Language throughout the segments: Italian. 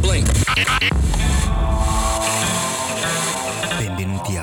Benvenuti a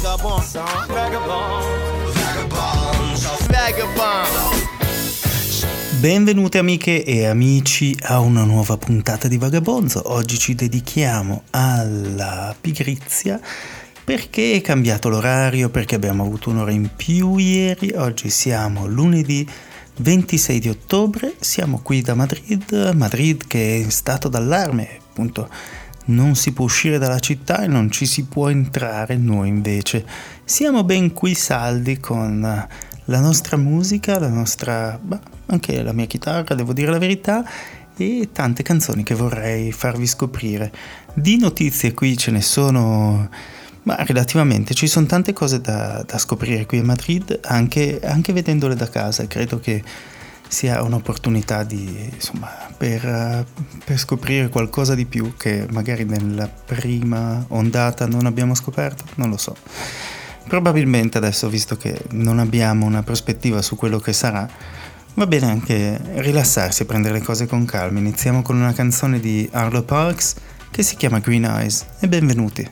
Benvenute amiche e amici a una nuova puntata di Vagabonzo. Oggi ci dedichiamo alla pigrizia perché è cambiato l'orario, perché abbiamo avuto un'ora in più ieri. Oggi siamo lunedì 26 di ottobre, siamo qui da Madrid che è in stato d'allarme, appunto non si può uscire dalla città e non ci si può entrare. Noi invece siamo ben qui saldi con la nostra musica, anche la mia chitarra, devo dire la verità, e tante canzoni che vorrei farvi scoprire. Di notizie qui ce ne sono, ma relativamente ci sono tante cose da scoprire qui a Madrid, anche vedendole da casa. Credo che sia un'opportunità per scoprire qualcosa di più che magari nella prima ondata non abbiamo scoperto, non lo so. Probabilmente adesso, visto che non abbiamo una prospettiva su quello che sarà, va bene anche rilassarsi e prendere le cose con calma. Iniziamo con una canzone di Arlo Parks che si chiama Green Eyes e benvenuti.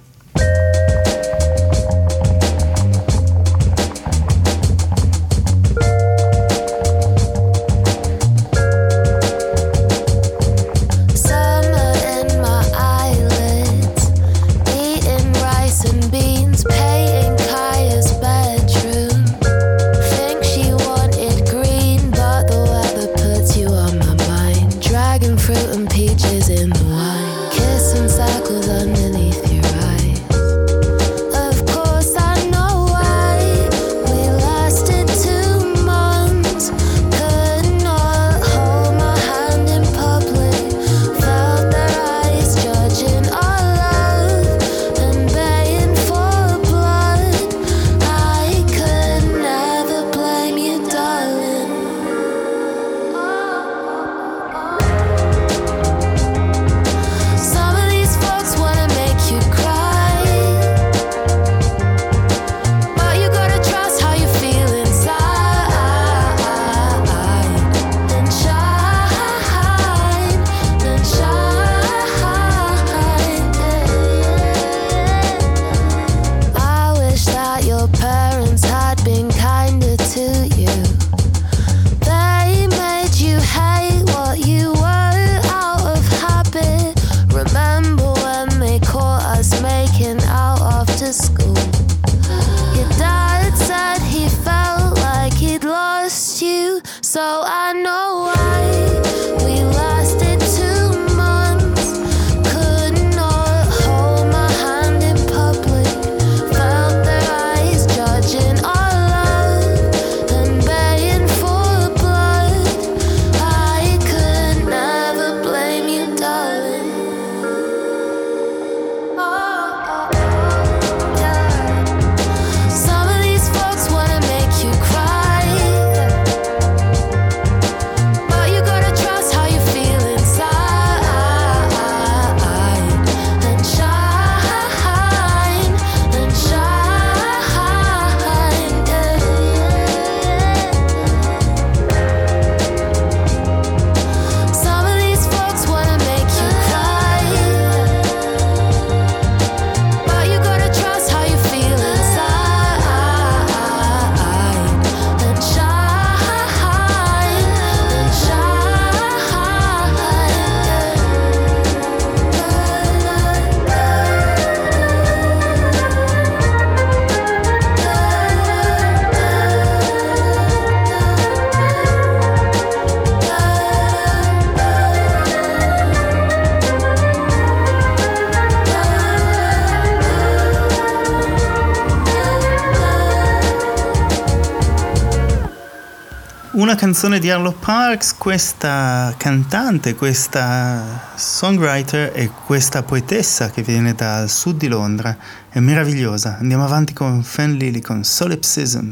Una canzone di Arlo Parks, questa cantante, questa songwriter e questa poetessa che viene dal sud di Londra, è meravigliosa. Andiamo avanti con Fan Lily, con Solipsism.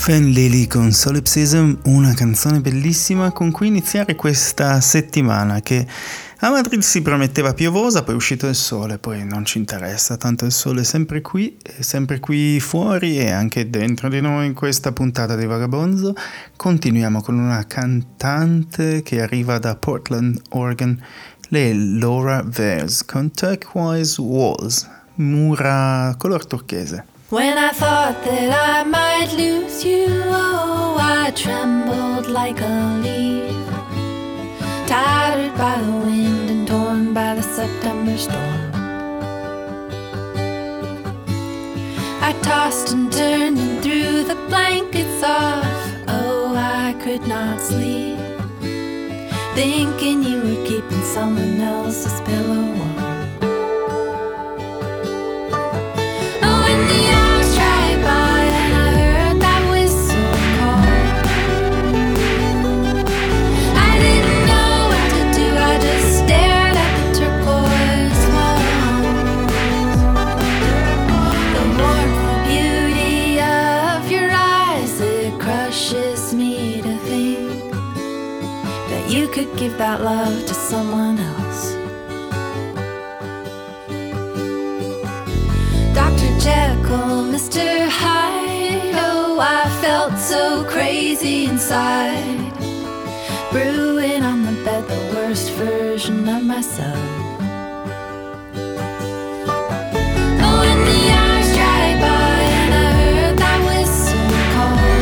Fan Lily con Solipsism, una canzone bellissima con cui iniziare questa settimana che a Madrid si prometteva piovosa, poi è uscito il sole, poi non ci interessa, tanto il sole è sempre qui fuori e anche dentro di noi in questa puntata di Vagabonzo. Continuiamo con una cantante che arriva da Portland, Oregon, lei è Laura Veirs con Turquoise Walls, mura color turchese. When I thought that I might lose you, oh, I trembled like a leaf, tattered by the wind and torn by the September storm. I tossed and turned and threw the blankets off, oh, I could not sleep, thinking you were keeping someone else's pillow warm. Could give that love to someone else. Dr. Jekyll, Mr. Hyde, oh, I felt so crazy inside, brewing on the bed the worst version of myself. Oh, and the hours dragged by and I heard that whistle call.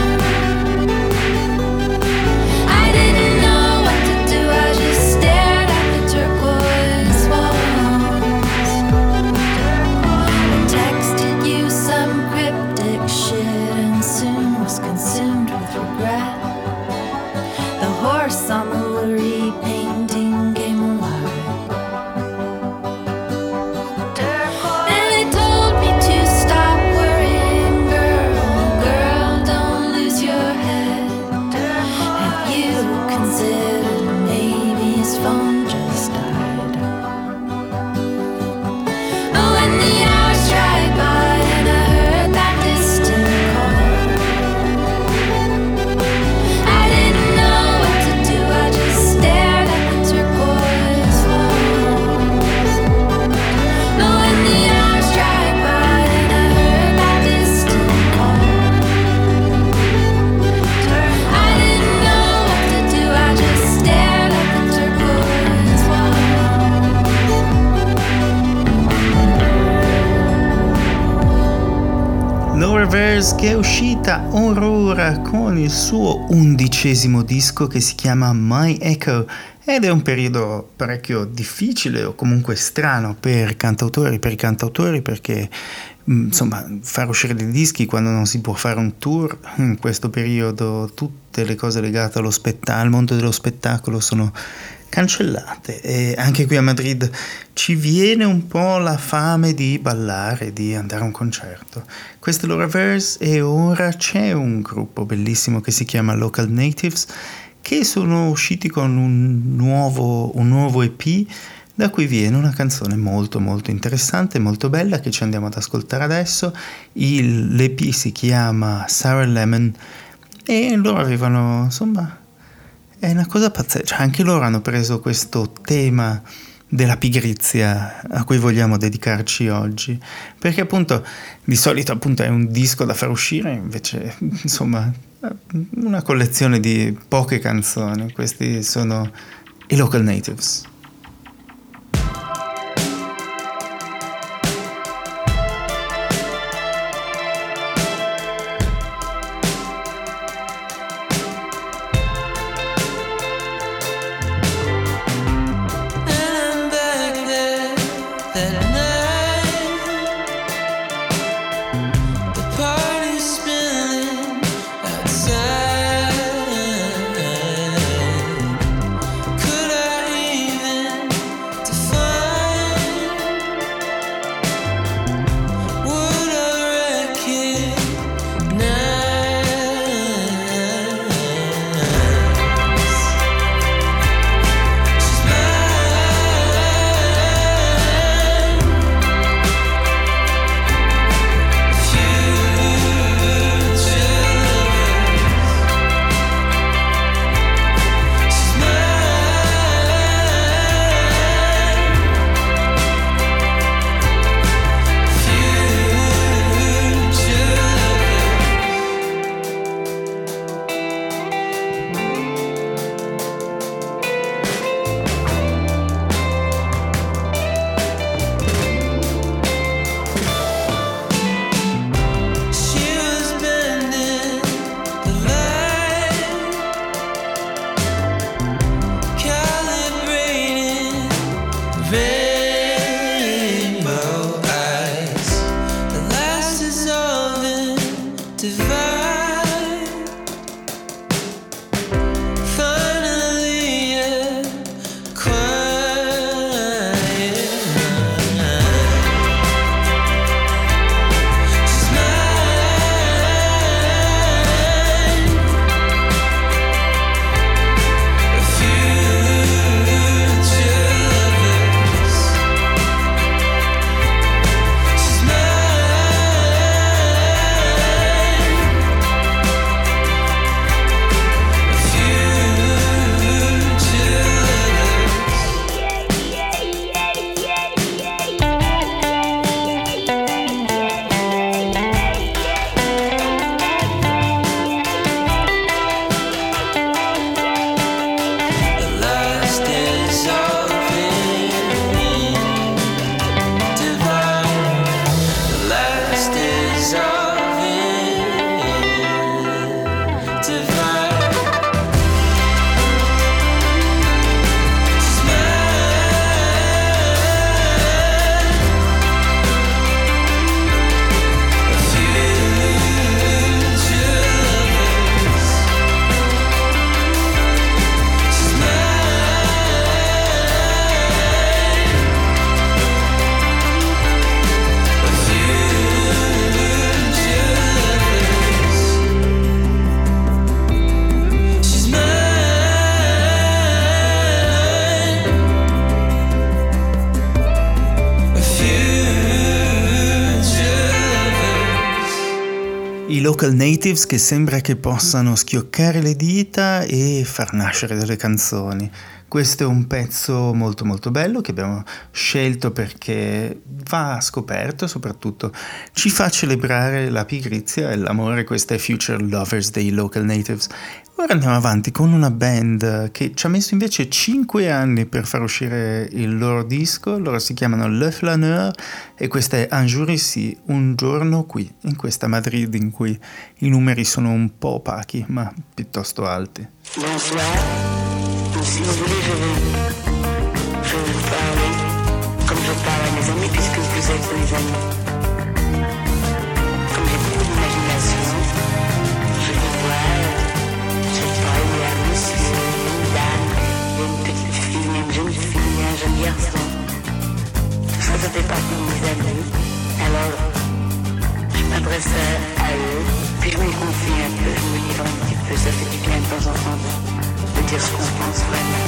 On the lorry painting came alive, and it told me to stop worrying, girl, don't lose your head. Have you considered maybe his phone just died? Oh, and the hours dragged by and I heard that distant call. I didn't know what to do, I just stared at the turquoise walls. Oh, and the hours dragged by and I heard that distant call. I didn't know what to do, I just stared at the turquoise walls. Laura Veirs, che è uscita ora con il suo 11° disco che si chiama My Echo, ed è un periodo parecchio difficile o comunque strano per i cantautori, perché insomma far uscire dei dischi quando non si può fare un tour in questo periodo, tutte le cose legate al mondo dello spettacolo sono cancellate, e anche qui a Madrid ci viene un po' la fame di ballare, di andare a un concerto. Questo è Laura Veirs e ora c'è un gruppo bellissimo che si chiama Local Natives che sono usciti con un nuovo EP da cui viene una canzone molto molto interessante, molto bella, che ci andiamo ad ascoltare adesso. L'EP si chiama Sour Lemon e loro avevano, insomma, è una cosa pazzesca, anche loro hanno preso questo tema della pigrizia a cui vogliamo dedicarci oggi, perché appunto di solito appunto è un disco da far uscire, invece insomma una collezione di poche canzoni. Questi sono i Local Natives. Could I even I local natives che sembra che possano schioccare le dita e far nascere delle canzoni. Questo è un pezzo molto molto bello che abbiamo scelto perché va scoperto, soprattutto ci fa celebrare la pigrizia e l'amore. Questa è Future Lovers dei Local Natives. Ora andiamo avanti con una band che ci ha messo invece 5 anni per far uscire il loro disco. Loro si chiamano Le Flaneur e questa è Un jour ici, un giorno qui, in questa Madrid in cui i numeri sono un po' opachi ma piuttosto alti. Bonsoir. Si vous voulez, je vais vous parler comme je parle à mes amis, puisque vous êtes mes amis. Comme j'ai beaucoup d'imagination, je vais voir, je parle à monsieur, une dame, une petite fille, une jeune fille, un jeune garçon. Tout ça fait partie de mes amis. Alors, je m'adresse à eux, puis je me confie un peu, je me livre un petit peu, ça fait du bien de temps en temps. De dire ce qu'on pense vraiment.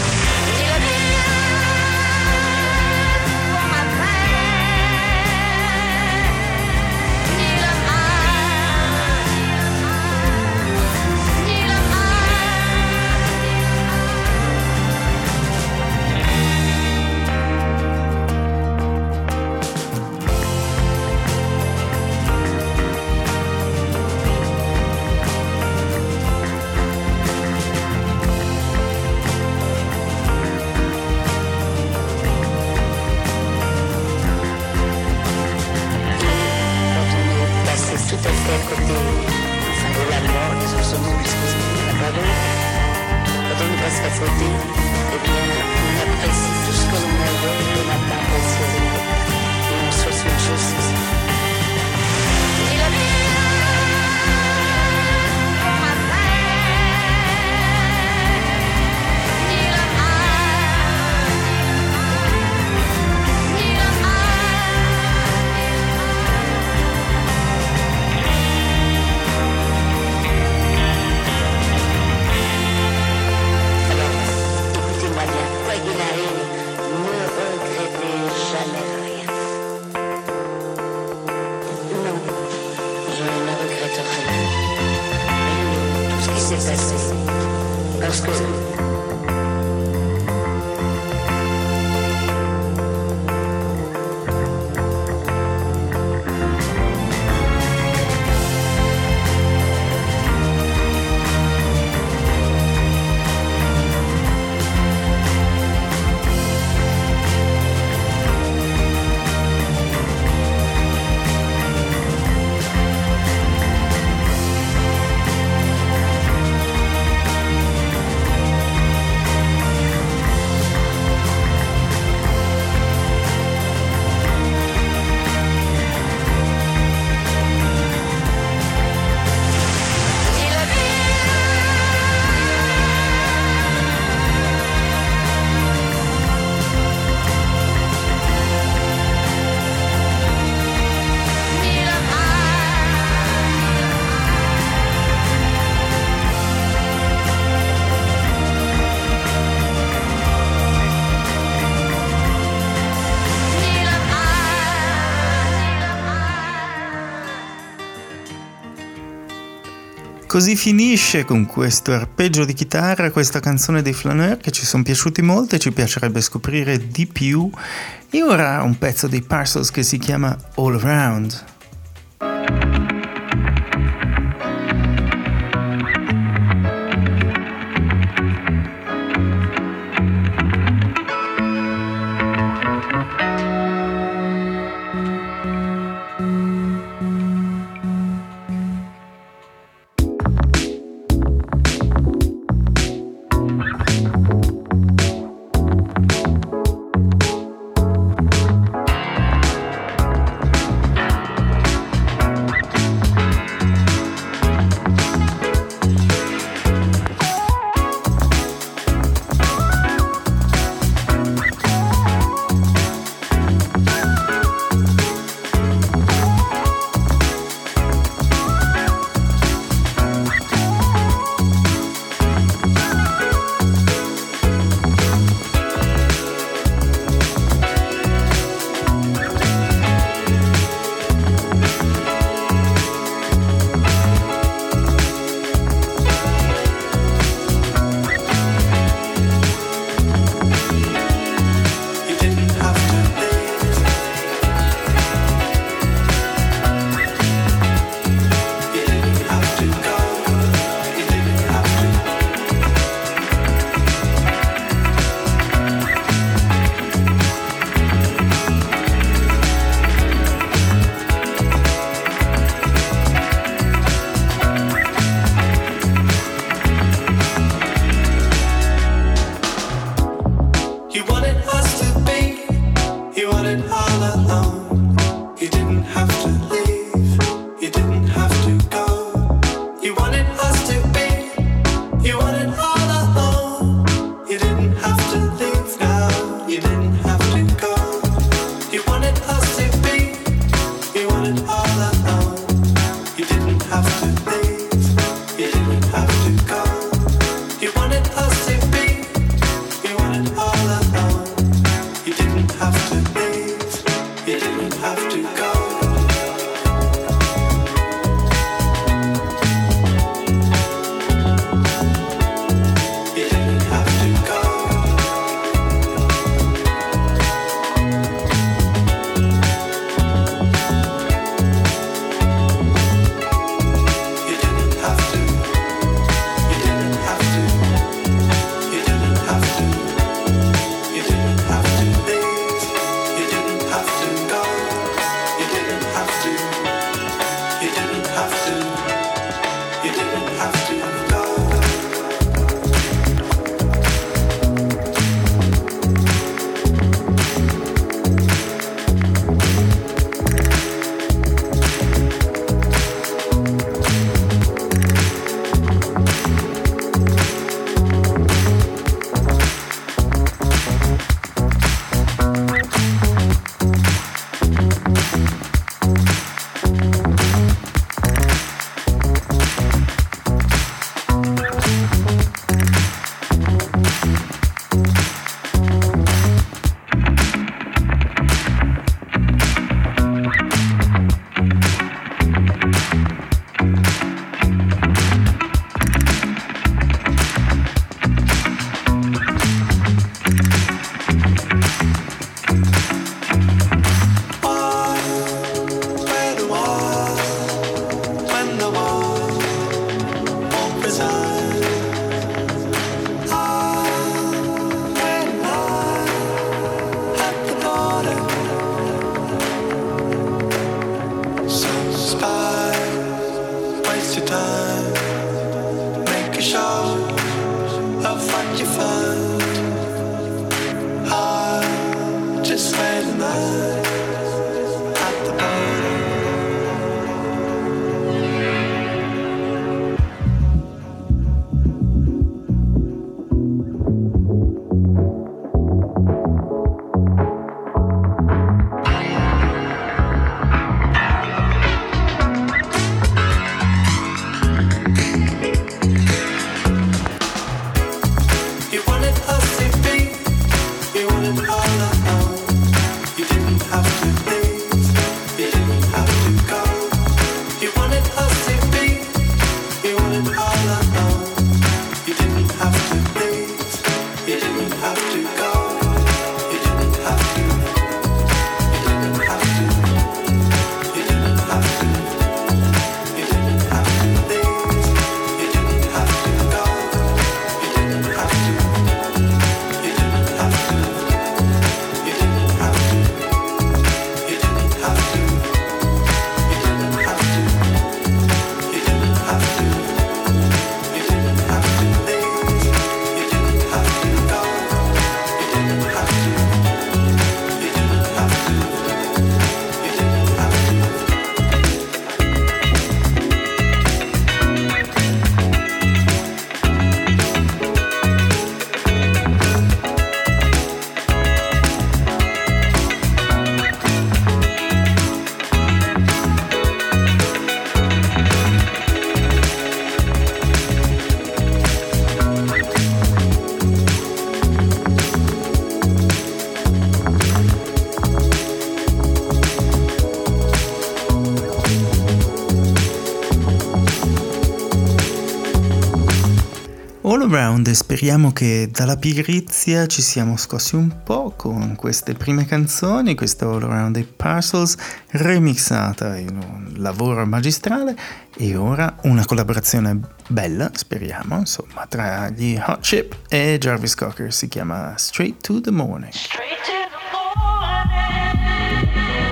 Così finisce con questo arpeggio di chitarra questa canzone dei Flaneur che ci sono piaciuti molto e ci piacerebbe scoprire di più. E ora un pezzo dei Parcels che si chiama All Around. All Around, e speriamo che dalla pigrizia ci siamo scossi un po' con queste prime canzoni, questa All Around dei Parcels remixata in un lavoro magistrale, e ora una collaborazione bella, speriamo, insomma, tra gli Hot Chip e Jarvis Cocker, si chiama Straight to the Morning. Straight to the morning.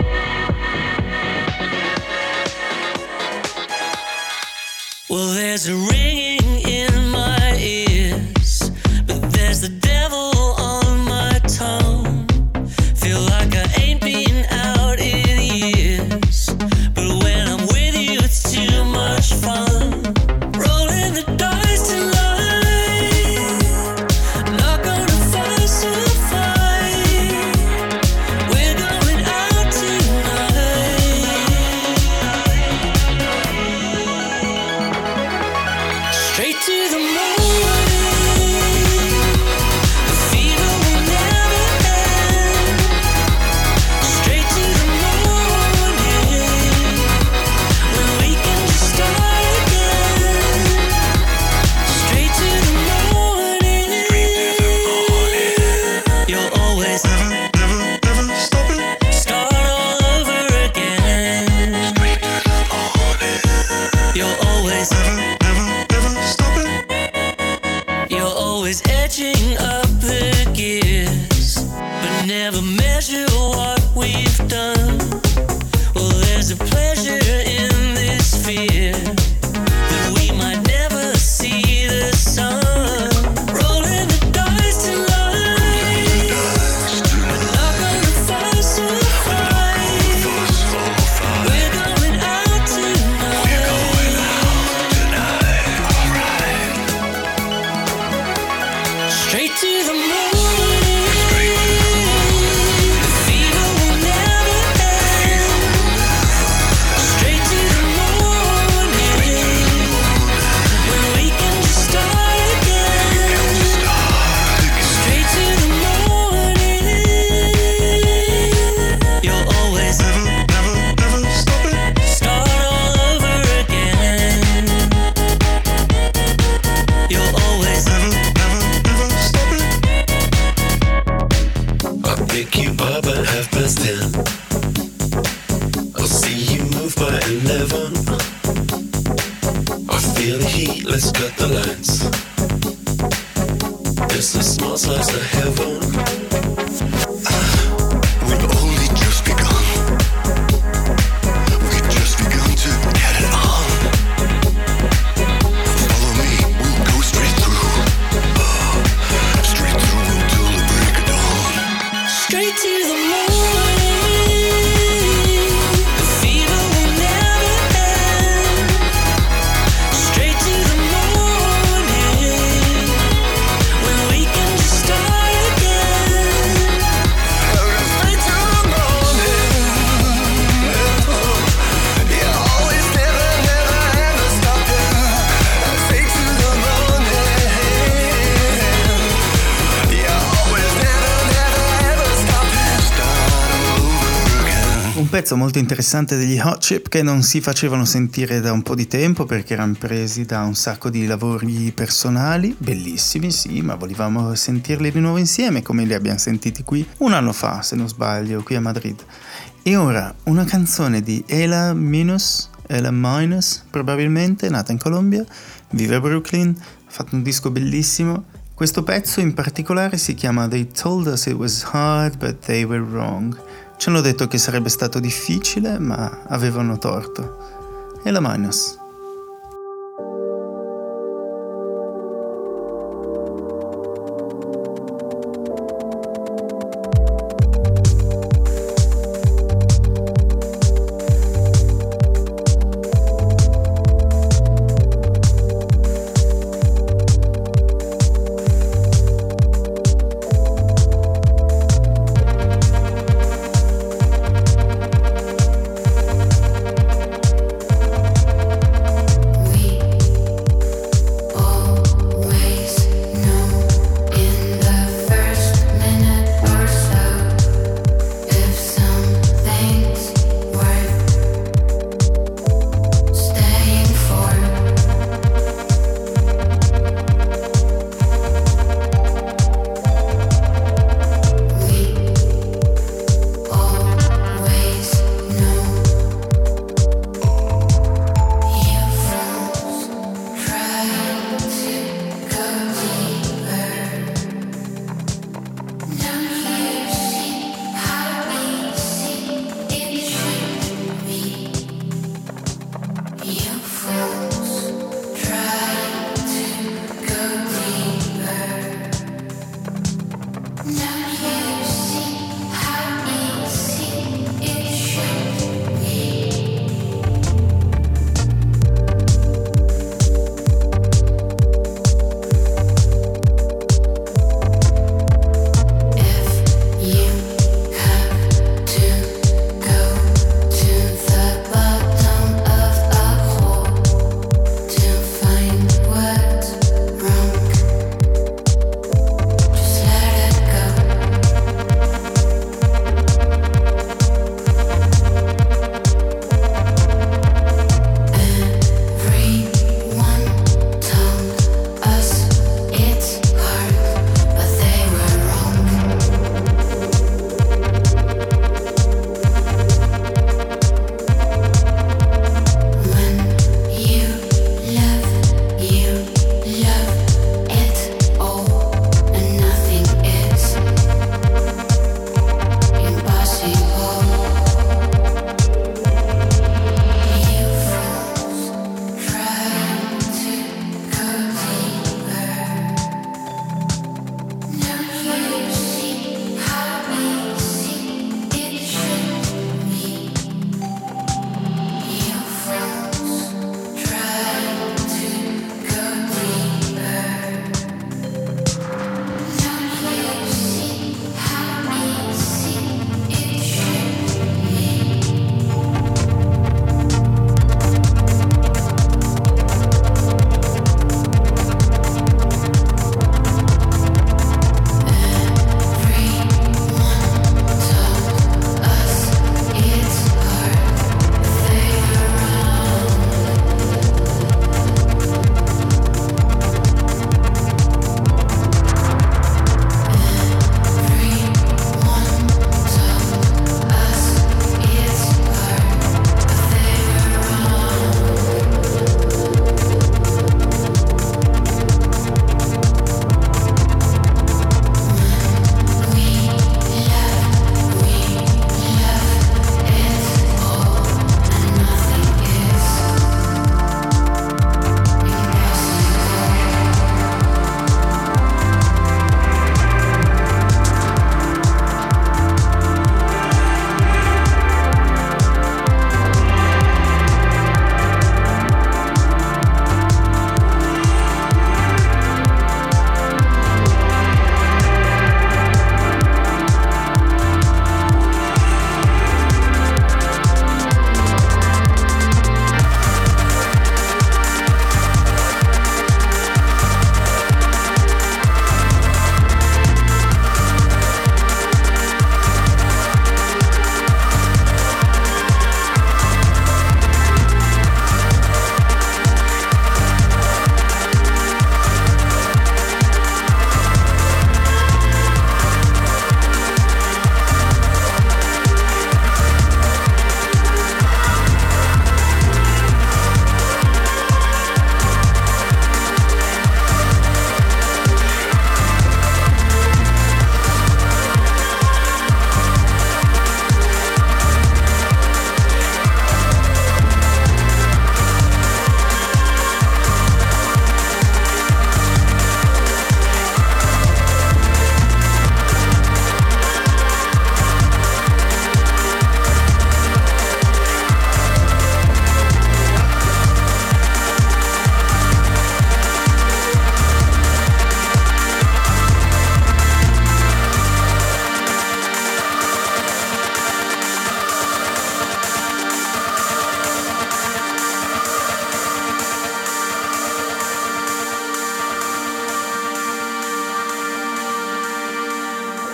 Well, there's a ringing in my ears, but there's the devil on my tongue. Feel like I ain't been out in years, but when I'm with you it's too much fun. Rolling the dice tonight, not gonna fuss or fight. We're going out tonight. Straight to the morning, the fever will never end. Straight to the morning, when we can just start again. Straight to the morning, you'll always never stop it. Start all over again. You'll always never stop it. You're always edging up the gears, but never measure what we've done. Well, there's a pleasure in this fear that we might never see the sun. Rolling the dice tonight, we're not gonna fall so high. We're going out tonight. Straight to the morning. The fever will never end. Straight to the morning, when we can just start again. Straight to the morning. You'll always never stop it. Start all over again. You'll always never stop it. I'll pick you up at 10:30. I'll see you move by 11. I feel the heat, let's cut the lights. It's a small slice of heaven. We've only just begun. We've just begun to get it on. Follow me, we'll go straight through. Straight through until the break of dawn. Straight to the morning. The fever will never end. Straight to the morning, when we can just start again. Straight to the morning. You always never ever stop it. Straight to the morning. You always never ever stop it. Start over again. Un pezzo molto interessante degli Hot Chip che non si facevano sentire da un po' di tempo perché erano presi da un sacco di lavori personali, bellissimi sì, ma volevamo sentirli di nuovo insieme come li abbiamo sentiti qui un anno fa, se non sbaglio, qui a Madrid. E ora una canzone di Ella Minus, probabilmente, nata in Colombia, vive a Brooklyn, ha fatto un disco bellissimo. Questo pezzo in particolare si chiama They Told Us It Was Hard But They Were Wrong. Ci hanno detto che sarebbe stato difficile, ma avevano torto. E la Minus.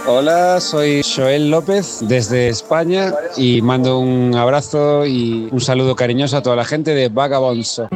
Hola, soy Joel López desde España y mando un abrazo y un saludo cariñoso a toda la gente de Vagabonso.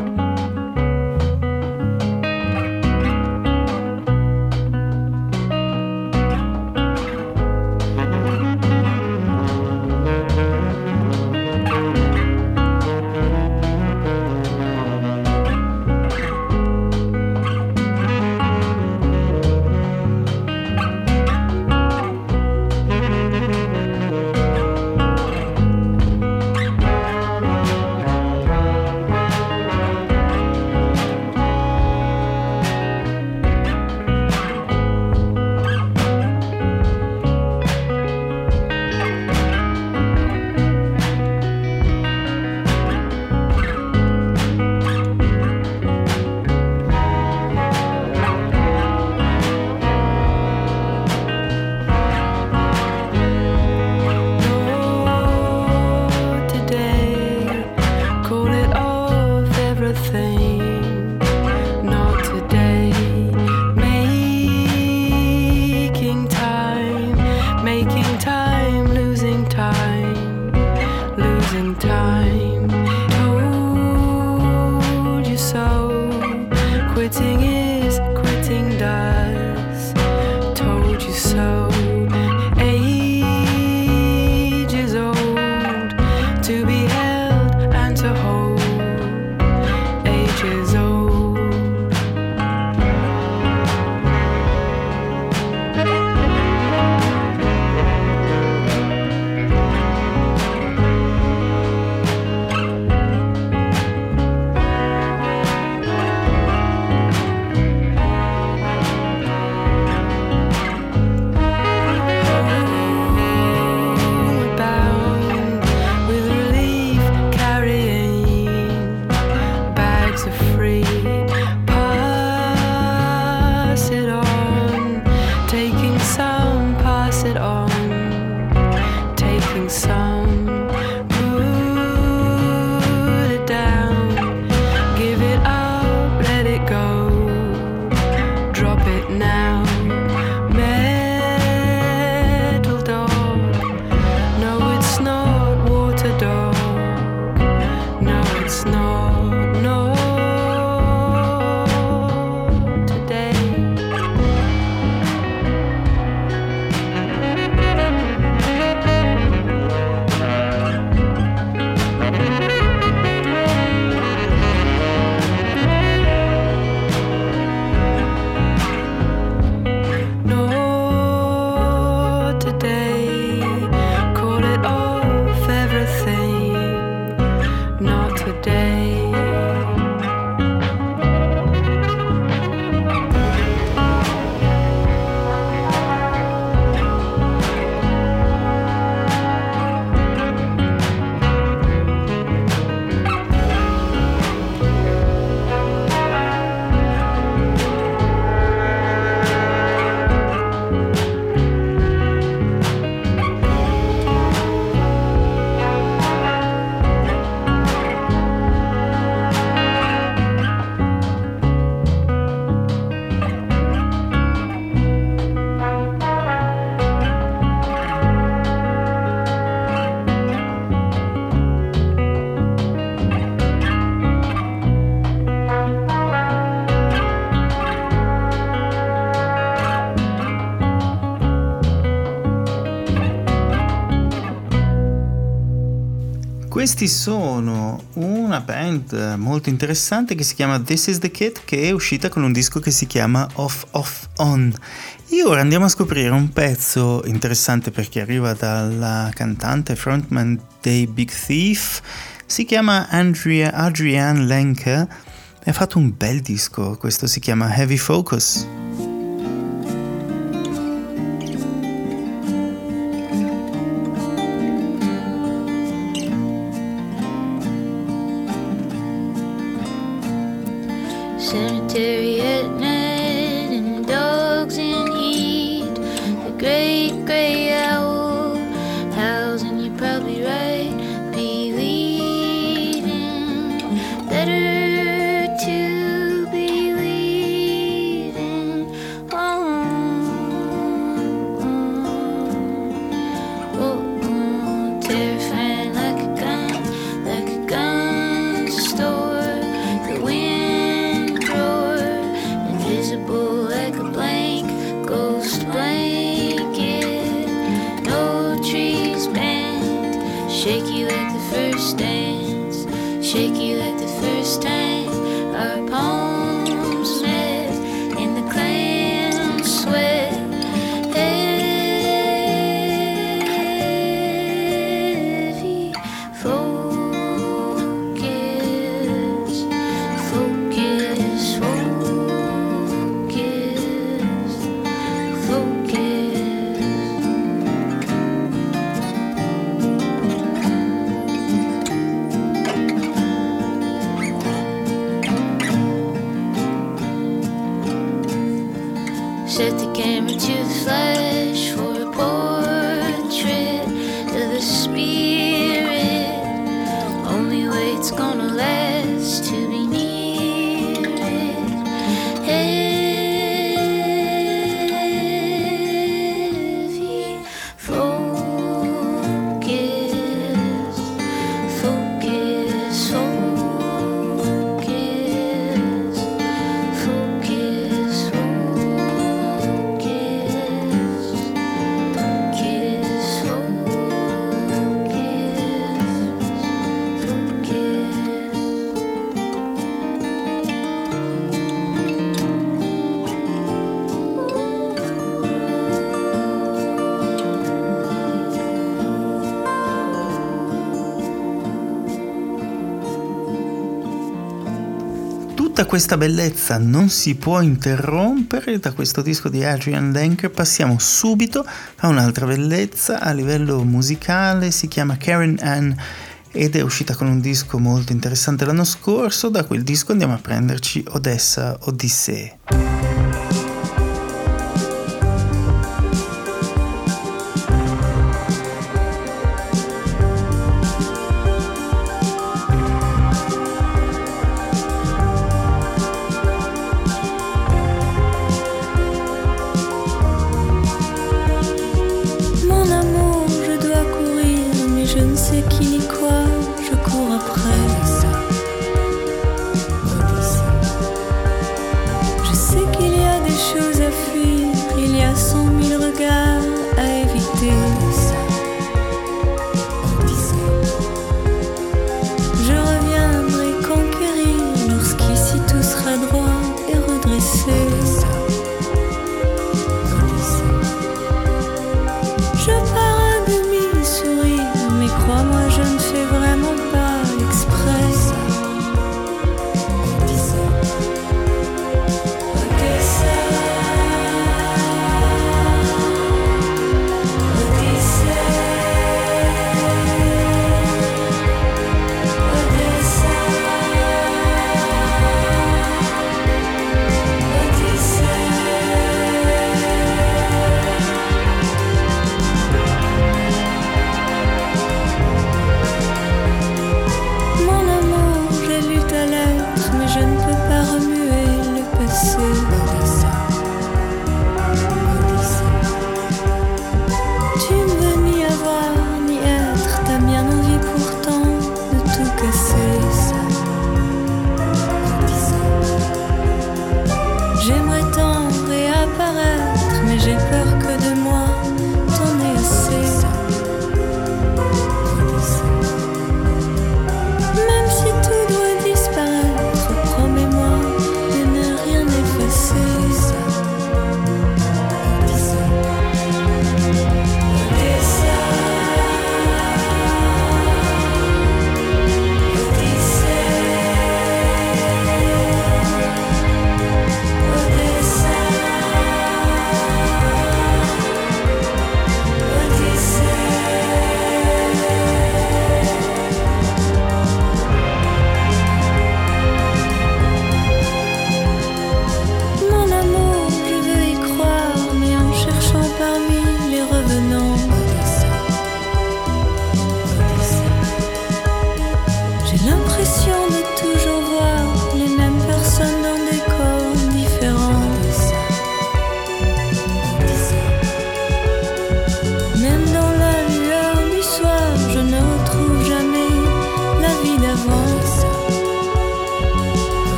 Questi sono una band molto interessante che si chiama This Is The Kid, che è uscita con un disco che si chiama Off Off On. E ora andiamo a scoprire un pezzo interessante perché arriva dalla cantante frontman dei Big Thief, si chiama Adrienne Lenker e ha fatto un bel disco, questo si chiama Heavy Focus. Cemetery at night and the dogs in heat. The great grey owl howls and you're probably right. Believing better to be leaving. Oh, like the first time our palms met in the clam sweat. Heavy focus, focus, focus, focus. Set the camera to the flash for a portrait of the spirit. Only way it's gonna last to be near it. Heavy focus, focus, focus, focus, focus, Tutta questa bellezza non si può interrompere. Da questo disco di Adrian Lenker passiamo subito a un'altra bellezza a livello musicale, si chiama Karen Ann ed è uscita con un disco molto interessante l'anno scorso. Da quel disco andiamo a prenderci Odessa Odyssee. Mon amour, je dois courir, mais je ne sais qui ni quoi, je cours après. Je sais qu'il y a des choses à fuir, il y a 100 000 regards à éviter. Je reviendrai conquérir lorsqu'ici tout sera droit et redressé. Je pars à demi-sourire, mais crois-moi, je ne fais vraiment pas exprès. Odessa,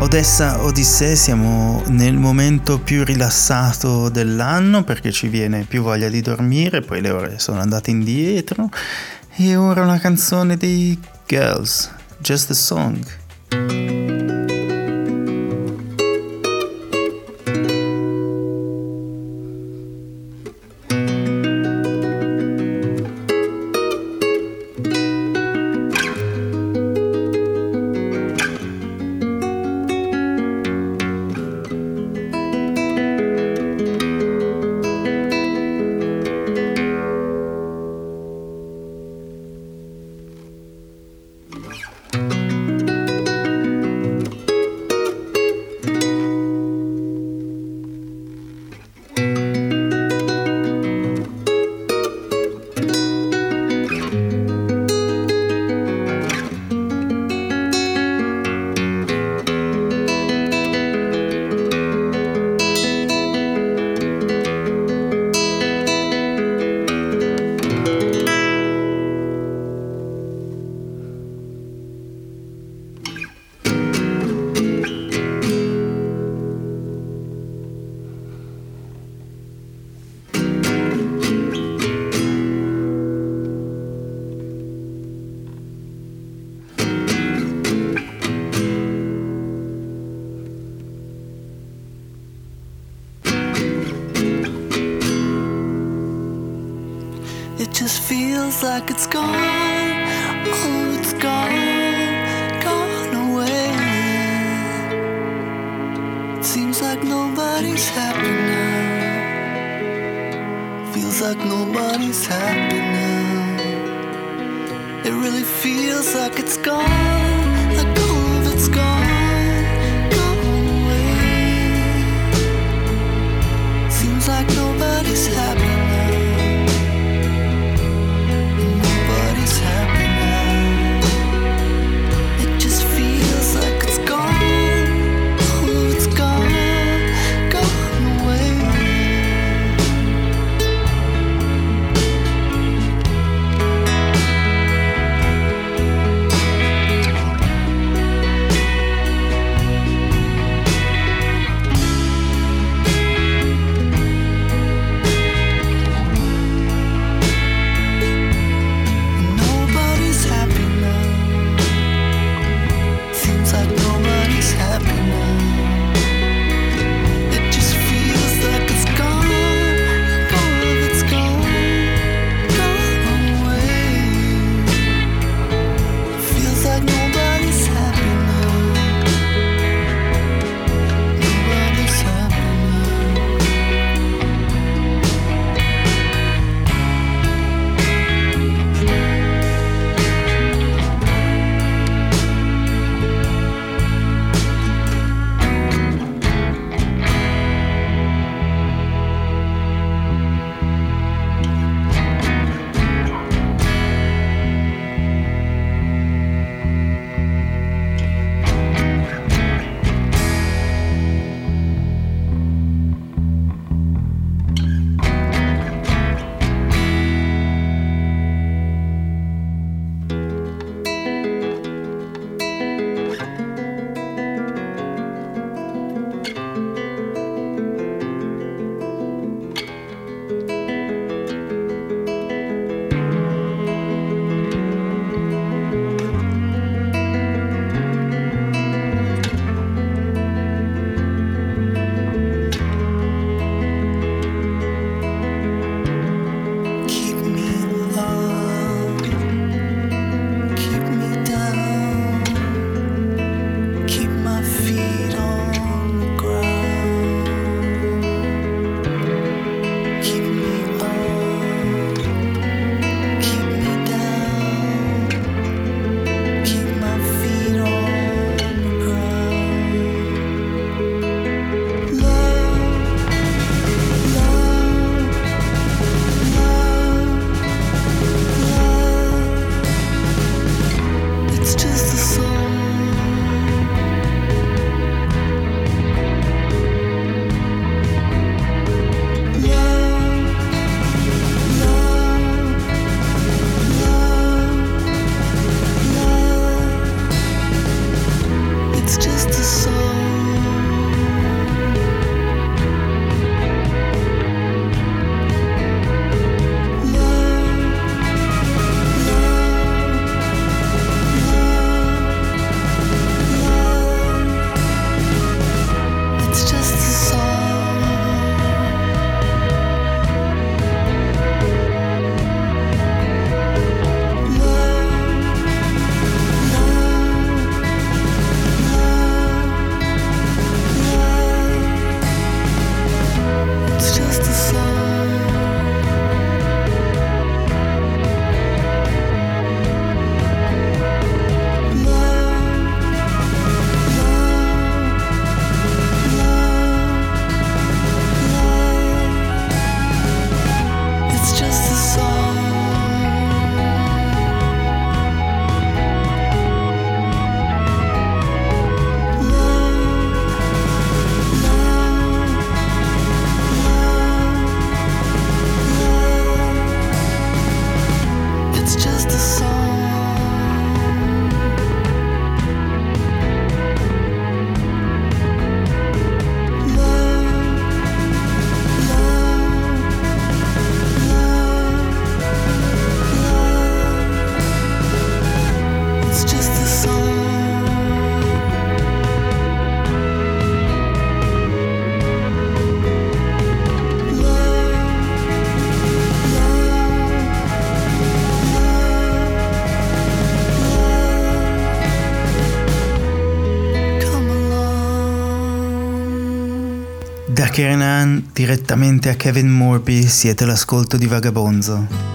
Odessa Odissée, siamo nel momento più rilassato dell'anno perché ci viene più voglia di dormire, poi le ore sono andate indietro e ora una canzone dei Girls, Just a Song. It just feels like it's gone, oh it's gone, gone away. It seems like nobody's happy now. Feels like nobody's happy now. It really feels like it's gone, like all of it's gone, gone away. Seems like nobody's happy now. Lucky Renan direttamente a Kevin Morby, siete all'ascolto di Vagabonzo.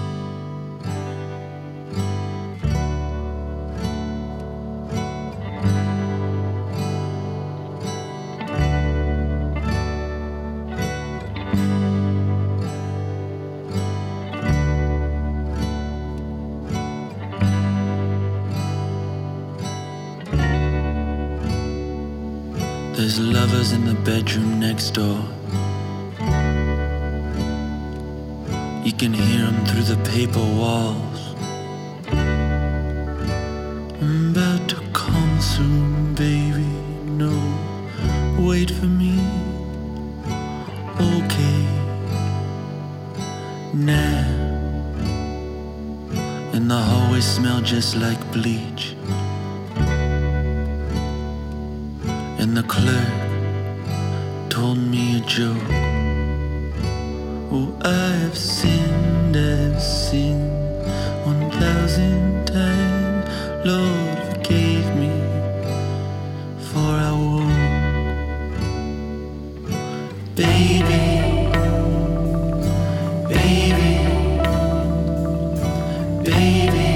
There's lovers in the bedroom next door. You can hear them through the paper walls. I'm about to come soon, baby. No, wait for me. Okay, now. And the hallways smell just like bleach. And the clerk told me a joke. Oh, I've sinned 1,000 times. Lord, forgave me, for I woke. Baby, baby, baby.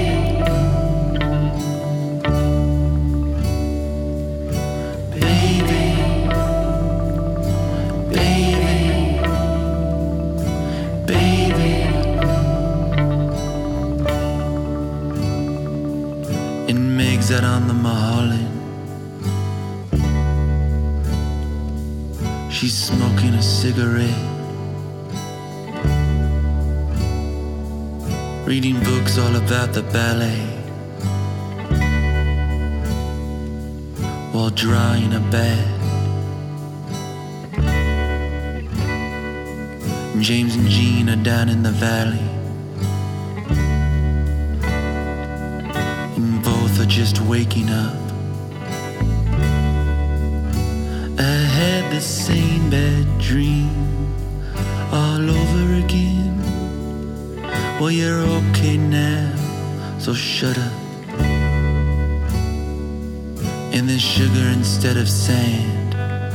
Out on the Mulholland, she's smoking a cigarette, reading books all about the ballet, while drawing a bath. James and Jean are down in the valley, are just waking up. I had the same bad dream all over again. Well, you're okay now, so shut up. And there's sugar instead of sand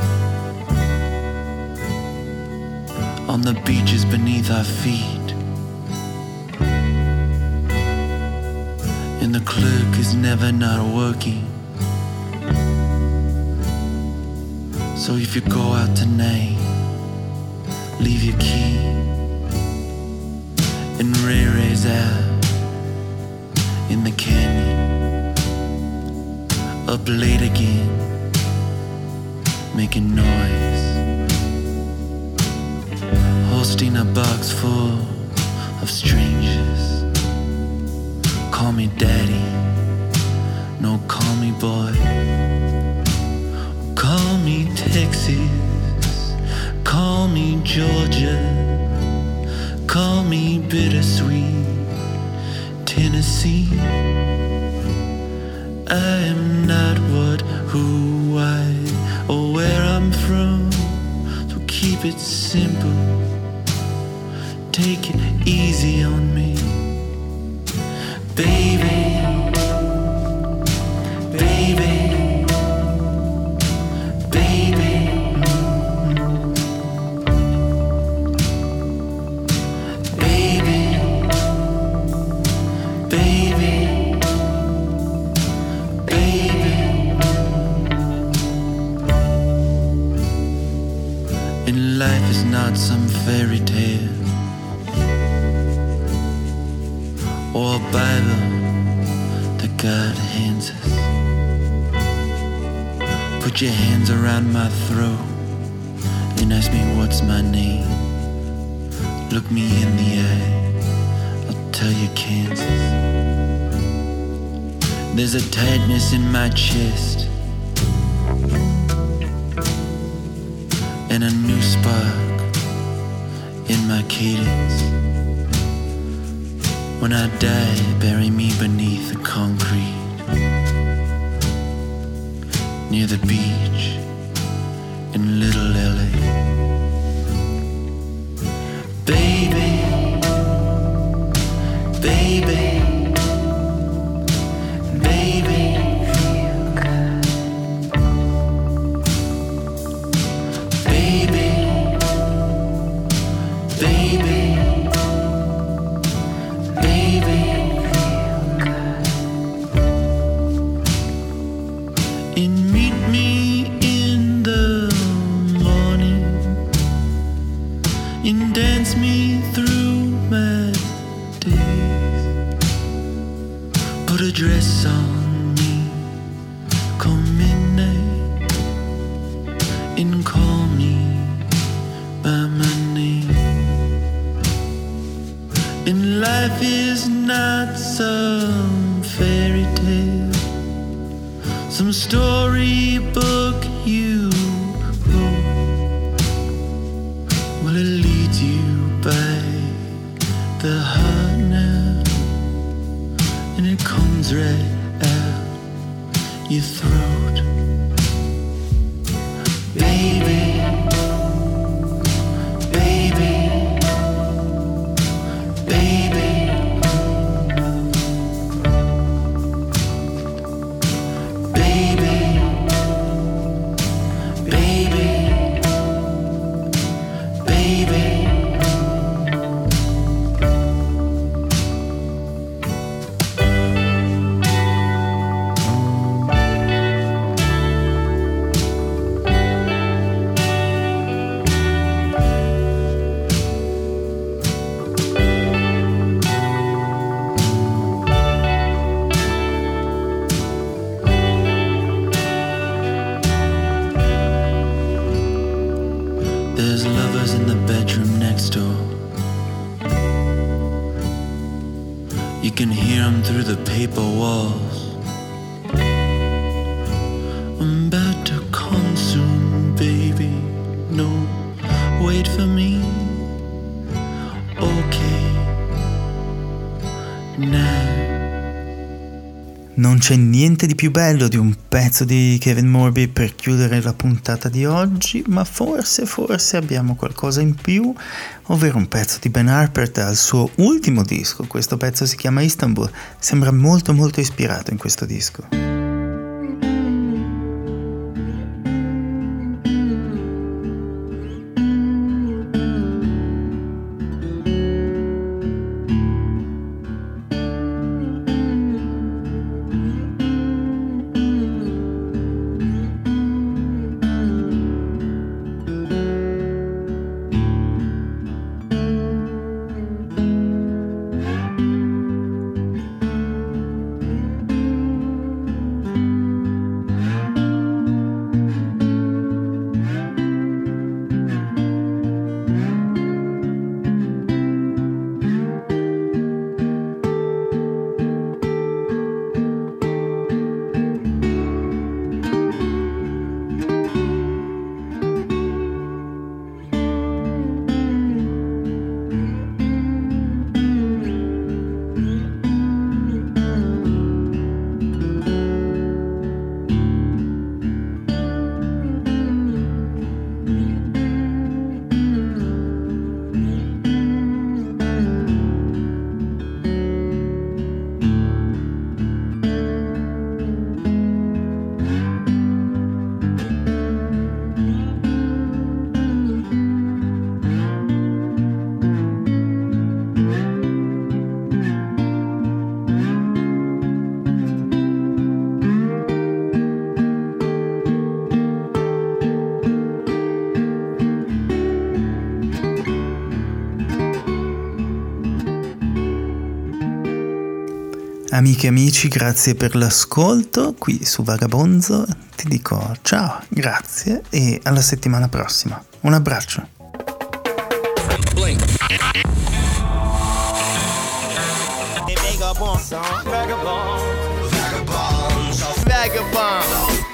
on the beaches beneath our feet. And the clerk is never not working. So if you go out tonight, leave your key. And Ray Ray's out in the canyon, up late again, making noise, hosting a box full of strangers. Call me daddy, no call me boy. Call me Texas, call me Georgia, call me bittersweet Tennessee. I am not what, who, why, or where I'm from, so keep it simple, take it easy on me. Baby, baby, baby, baby, baby, baby. And life is not some fairy tale or a Bible that God hands us. Put your hands around my throat and ask me what's my name. Look me in the eye, I'll tell you Kansas. There's a tightness in my chest and a new spark in my cadence. When I die, bury me beneath the concrete near the beach in Little LA. Baby, baby, baby, baby, And meet me in the morning and dance me through my days. Put a dress on me come midnight and call me by my name. And life is not some fairy tale, some storybook you wrote. Well, it leads you by the heart now, and it comes right out your throat. Baby, baby, baby. There's lovers in the bedroom next door. You can hear them through the paper walls. I'm about to come soon, baby. No, wait for me. Okay, now. Non c'è niente di più bello di un pezzo di Kevin Morby per chiudere la puntata di oggi, ma forse abbiamo qualcosa in più, ovvero un pezzo di Ben Harper dal suo ultimo disco. Questo pezzo si chiama Istanbul, sembra molto molto ispirato in questo disco. Amiche e amici, grazie per l'ascolto qui su Vagabonzo. Ti dico ciao, grazie e alla settimana prossima. Un abbraccio. Vagabond.